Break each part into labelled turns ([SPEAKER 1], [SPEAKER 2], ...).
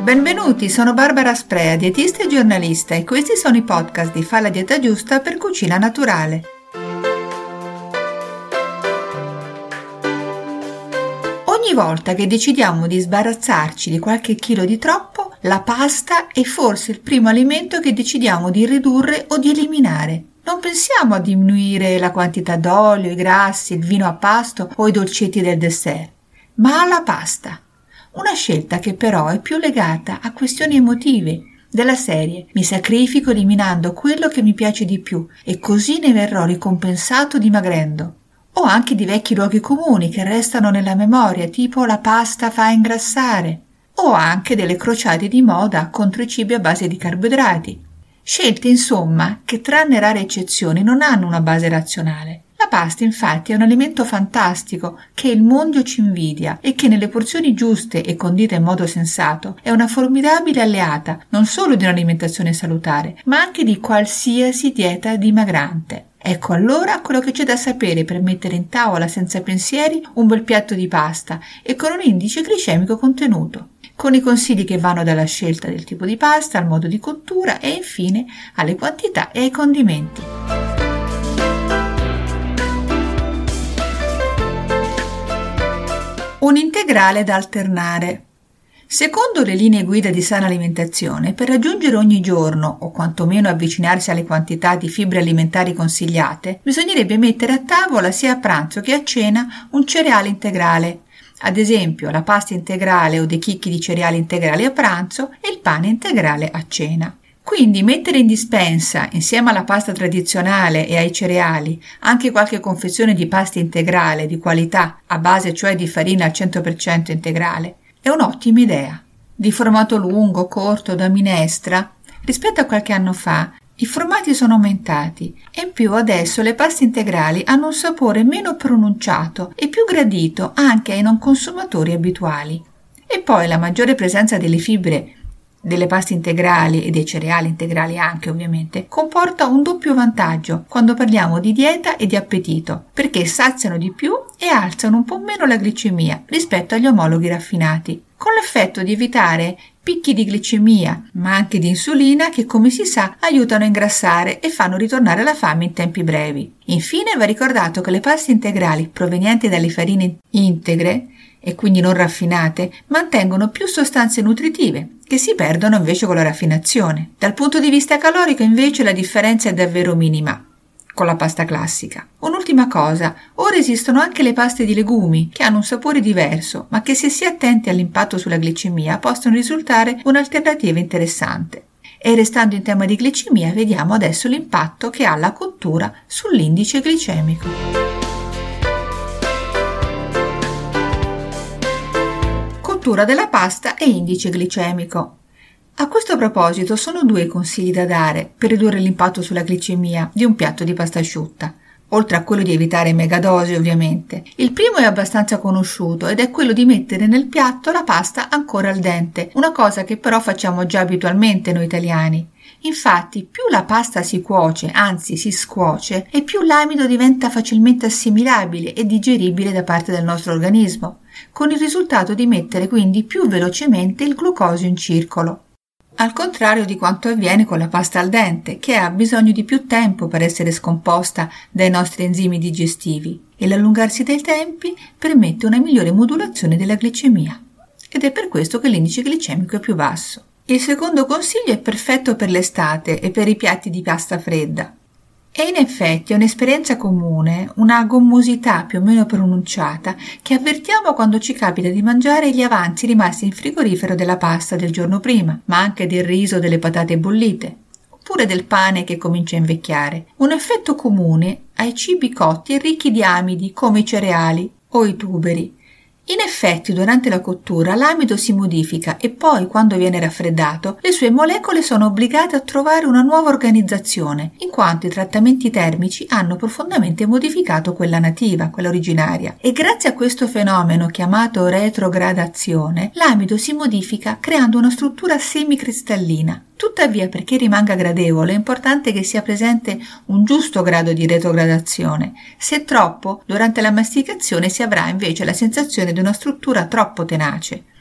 [SPEAKER 1] Benvenuti, sono Barbara Sprea, dietista e giornalista, e questi sono i podcast di Fa la dieta giusta per cucina naturale. Ogni volta che decidiamo di sbarazzarci di qualche chilo di troppo, la pasta è forse il primo alimento che decidiamo di ridurre o di eliminare. Non pensiamo a diminuire la quantità d'olio, i grassi, il vino a pasto o i dolcetti del dessert, ma alla pasta. Una scelta che però è più legata a questioni emotive, della serie mi sacrifico eliminando quello che mi piace di più e così ne verrò ricompensato dimagrendo. O anche di vecchi luoghi comuni che restano nella memoria, tipo la pasta fa ingrassare, o anche delle crociate di moda contro i cibi a base di carboidrati. Scelte, insomma, che tranne rare eccezioni non hanno una base razionale. La pasta, infatti, è un alimento fantastico che il mondo ci invidia e che nelle porzioni giuste e condita in modo sensato è una formidabile alleata non solo di un'alimentazione salutare, ma anche di qualsiasi dieta dimagrante. Ecco allora quello che c'è da sapere per mettere in tavola senza pensieri un bel piatto di pasta e con un indice glicemico contenuto, con i consigli che vanno dalla scelta del tipo di pasta al modo di cottura e infine alle quantità e ai condimenti. Un integrale da alternare. Secondo le linee guida di sana alimentazione, per raggiungere ogni giorno, o quantomeno avvicinarsi alle quantità di fibre alimentari consigliate, bisognerebbe mettere a tavola sia a pranzo che a cena un cereale integrale, ad esempio la pasta integrale o dei chicchi di cereali integrali a pranzo e il pane integrale a cena. Quindi mettere in dispensa, insieme alla pasta tradizionale e ai cereali, anche qualche confezione di pasta integrale di qualità, a base cioè di farina al 100% integrale, è un'ottima idea. Di formato lungo, corto, da minestra, rispetto a qualche anno fa, i formati sono aumentati e in più adesso le paste integrali hanno un sapore meno pronunciato e più gradito anche ai non consumatori abituali. E poi la maggiore presenza delle fibre delle paste integrali e dei cereali integrali anche ovviamente, comporta un doppio vantaggio quando parliamo di dieta e di appetito, perché saziano di più e alzano un po' meno la glicemia rispetto agli omologhi raffinati, con l'effetto di evitare picchi di glicemia, ma anche di insulina che, come si sa, aiutano a ingrassare e fanno ritornare la fame in tempi brevi. Infine va ricordato che le paste integrali provenienti dalle farine integre e quindi non raffinate, mantengono più sostanze nutritive, che si perdono invece con la raffinazione. Dal punto di vista calorico invece la differenza è davvero minima con la pasta classica. Un'ultima cosa, ora esistono anche le paste di legumi che hanno un sapore diverso, ma che se si è attenti all'impatto sulla glicemia possono risultare un'alternativa interessante. E restando in tema di glicemia, vediamo adesso l'impatto che ha la cottura sull'indice glicemico. Cottura della pasta e indice glicemico. A questo proposito sono due i consigli da dare per ridurre l'impatto sulla glicemia di un piatto di pasta asciutta, oltre a quello di evitare megadosi ovviamente. Il primo è abbastanza conosciuto ed è quello di mettere nel piatto la pasta ancora al dente, una cosa che però facciamo già abitualmente noi italiani. Infatti, più la pasta si cuoce, anzi si scuoce, e più l'amido diventa facilmente assimilabile e digeribile da parte del nostro organismo, con il risultato di mettere quindi più velocemente il glucosio in circolo. Al contrario di quanto avviene con la pasta al dente, che ha bisogno di più tempo per essere scomposta dai nostri enzimi digestivi, e l'allungarsi dei tempi permette una migliore modulazione della glicemia. Ed è per questo che l'indice glicemico è più basso. Il secondo consiglio è perfetto per l'estate e per i piatti di pasta fredda. E in effetti è un'esperienza comune, una gommosità più o meno pronunciata che avvertiamo quando ci capita di mangiare gli avanzi rimasti in frigorifero della pasta del giorno prima, ma anche del riso o delle patate bollite, oppure del pane che comincia a invecchiare. Un effetto comune ai cibi cotti e ricchi di amidi come i cereali o i tuberi. In effetti, durante la cottura l'amido si modifica e poi, quando viene raffreddato, le sue molecole sono obbligate a trovare una nuova organizzazione, in quanto i trattamenti termici hanno profondamente modificato quella nativa, quella originaria. E grazie a questo fenomeno chiamato retrogradazione, l'amido si modifica creando una struttura semicristallina. Tuttavia, perché rimanga gradevole, è importante che sia presente un giusto grado di retrogradazione. Se troppo, durante la masticazione si avrà invece la sensazione di una struttura troppo tenace.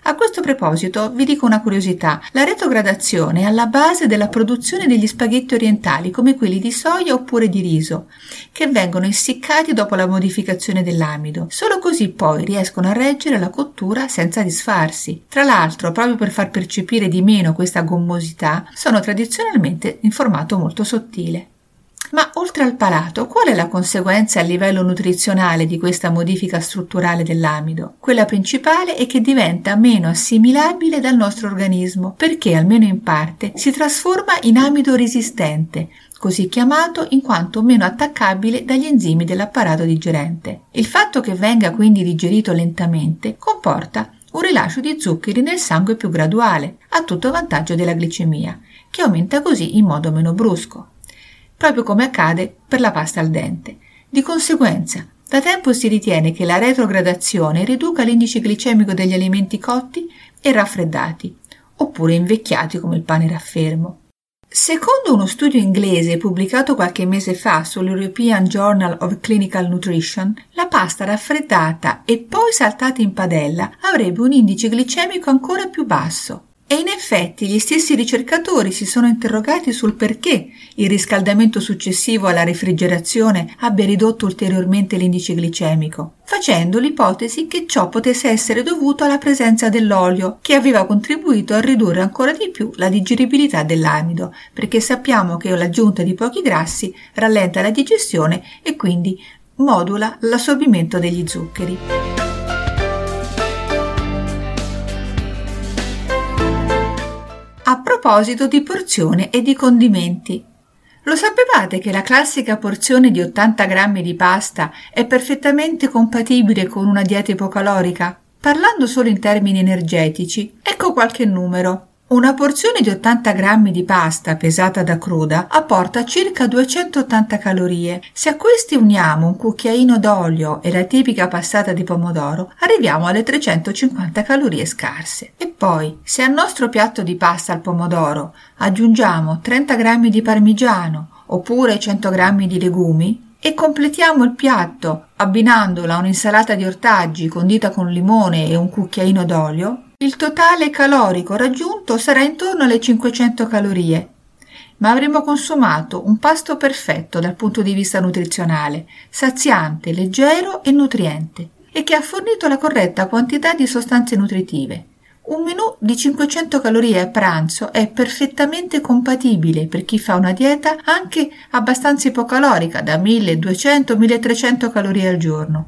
[SPEAKER 1] A questo proposito vi dico una curiosità: la retrogradazione è alla base della produzione degli spaghetti orientali come quelli di soia oppure di riso, che vengono essiccati dopo la modificazione dell'amido. Solo così poi riescono a reggere la cottura senza disfarsi. Tra l'altro, proprio per far percepire di meno questa gommosità, sono tradizionalmente in formato molto sottile. Ma oltre al palato, qual è la conseguenza a livello nutrizionale di questa modifica strutturale dell'amido? Quella principale è che diventa meno assimilabile dal nostro organismo, perché almeno in parte si trasforma in amido resistente, così chiamato in quanto meno attaccabile dagli enzimi dell'apparato digerente. Il fatto che venga quindi digerito lentamente comporta un rilascio di zuccheri nel sangue più graduale, a tutto vantaggio della glicemia, che aumenta così in modo meno brusco, proprio come accade per la pasta al dente. Di conseguenza, da tempo si ritiene che la retrogradazione riduca l'indice glicemico degli alimenti cotti e raffreddati, oppure invecchiati come il pane raffermo. Secondo uno studio inglese pubblicato qualche mese fa sull'European Journal of Clinical Nutrition, la pasta raffreddata e poi saltata in padella avrebbe un indice glicemico ancora più basso. E in effetti gli stessi ricercatori si sono interrogati sul perché il riscaldamento successivo alla refrigerazione abbia ridotto ulteriormente l'indice glicemico, facendo l'ipotesi che ciò potesse essere dovuto alla presenza dell'olio, che aveva contribuito a ridurre ancora di più la digeribilità dell'amido, perché sappiamo che l'aggiunta di pochi grassi rallenta la digestione e quindi modula l'assorbimento degli zuccheri. A proposito di porzione e di condimenti, lo sapevate che la classica porzione di 80 grammi di pasta è perfettamente compatibile con una dieta ipocalorica? Parlando solo in termini energetici, ecco qualche numero. Una porzione di 80 grammi di pasta pesata da cruda apporta circa 280 calorie. Se a questi uniamo un cucchiaino d'olio e la tipica passata di pomodoro, arriviamo alle 350 calorie scarse. E poi, se al nostro piatto di pasta al pomodoro aggiungiamo 30 grammi di parmigiano oppure 100 grammi di legumi, e completiamo il piatto abbinandolo a un'insalata di ortaggi condita con limone e un cucchiaino d'olio, il totale calorico raggiunto sarà intorno alle 500 calorie, ma avremo consumato un pasto perfetto dal punto di vista nutrizionale, saziante, leggero e nutriente, e che ha fornito la corretta quantità di sostanze nutritive. Un menù di 500 calorie a pranzo è perfettamente compatibile per chi fa una dieta anche abbastanza ipocalorica, da 1200-1300 calorie al giorno.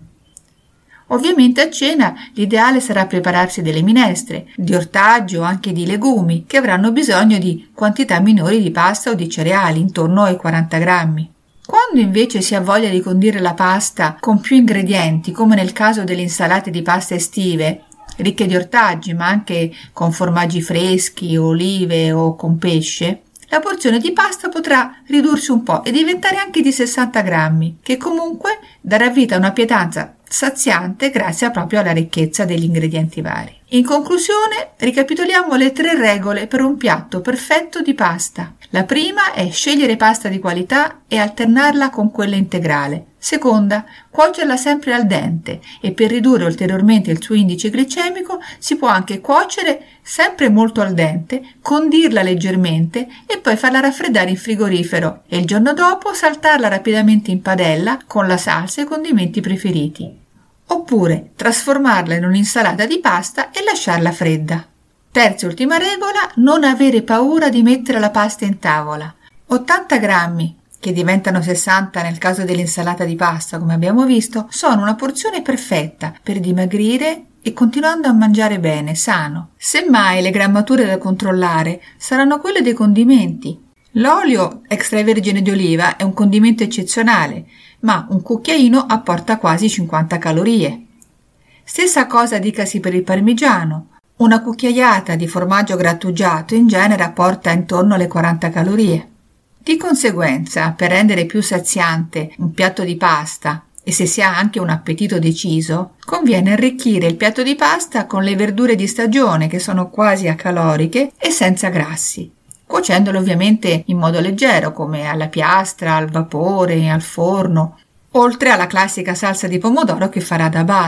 [SPEAKER 1] Ovviamente a cena l'ideale sarà prepararsi delle minestre, di ortaggi o anche di legumi, che avranno bisogno di quantità minori di pasta o di cereali, intorno ai 40 grammi. Quando invece si ha voglia di condire la pasta con più ingredienti, come nel caso delle insalate di pasta estive, ricche di ortaggi ma anche con formaggi freschi, olive o con pesce, la porzione di pasta potrà ridursi un po' e diventare anche di 60 grammi, che comunque darà vita a una pietanza saziante grazie proprio alla ricchezza degli ingredienti vari. In conclusione, ricapitoliamo le 3 regole per un piatto perfetto di pasta. La prima è scegliere pasta di qualità e alternarla con quella integrale. Seconda, cuocerla sempre al dente e per ridurre ulteriormente il suo indice glicemico si può anche cuocere sempre molto al dente, condirla leggermente e poi farla raffreddare in frigorifero e il giorno dopo saltarla rapidamente in padella con la salsa e i condimenti preferiti. Oppure trasformarla in un'insalata di pasta e lasciarla fredda. Terza e ultima regola, non avere paura di mettere la pasta in tavola. 80 grammi, che diventano 60 nel caso dell'insalata di pasta, come abbiamo visto, sono una porzione perfetta per dimagrire e continuando a mangiare bene, sano. Semmai le grammature da controllare saranno quelle dei condimenti. L'olio extravergine di oliva è un condimento eccezionale, ma un cucchiaino apporta quasi 50 calorie. Stessa cosa dicasi per il parmigiano. Una cucchiaiata di formaggio grattugiato in genere apporta intorno alle 40 calorie. Di conseguenza, per rendere più saziante un piatto di pasta e se si ha anche un appetito deciso, conviene arricchire il piatto di pasta con le verdure di stagione che sono quasi acaloriche e senza grassi, cuocendolo ovviamente in modo leggero come alla piastra, al vapore, al forno, oltre alla classica salsa di pomodoro che farà da base.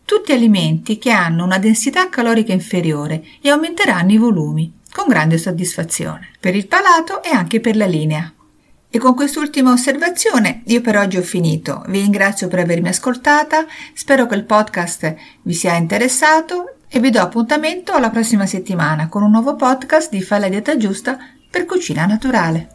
[SPEAKER 1] tutti alimenti che hanno una densità calorica inferiore e aumenteranno i volumi, con grande soddisfazione, per il palato e anche per la linea. E con quest'ultima osservazione io per oggi ho finito. Vi ringrazio per avermi ascoltata, spero che il podcast vi sia interessato e vi do appuntamento alla prossima settimana con un nuovo podcast di Fai la dieta giusta per cucina naturale.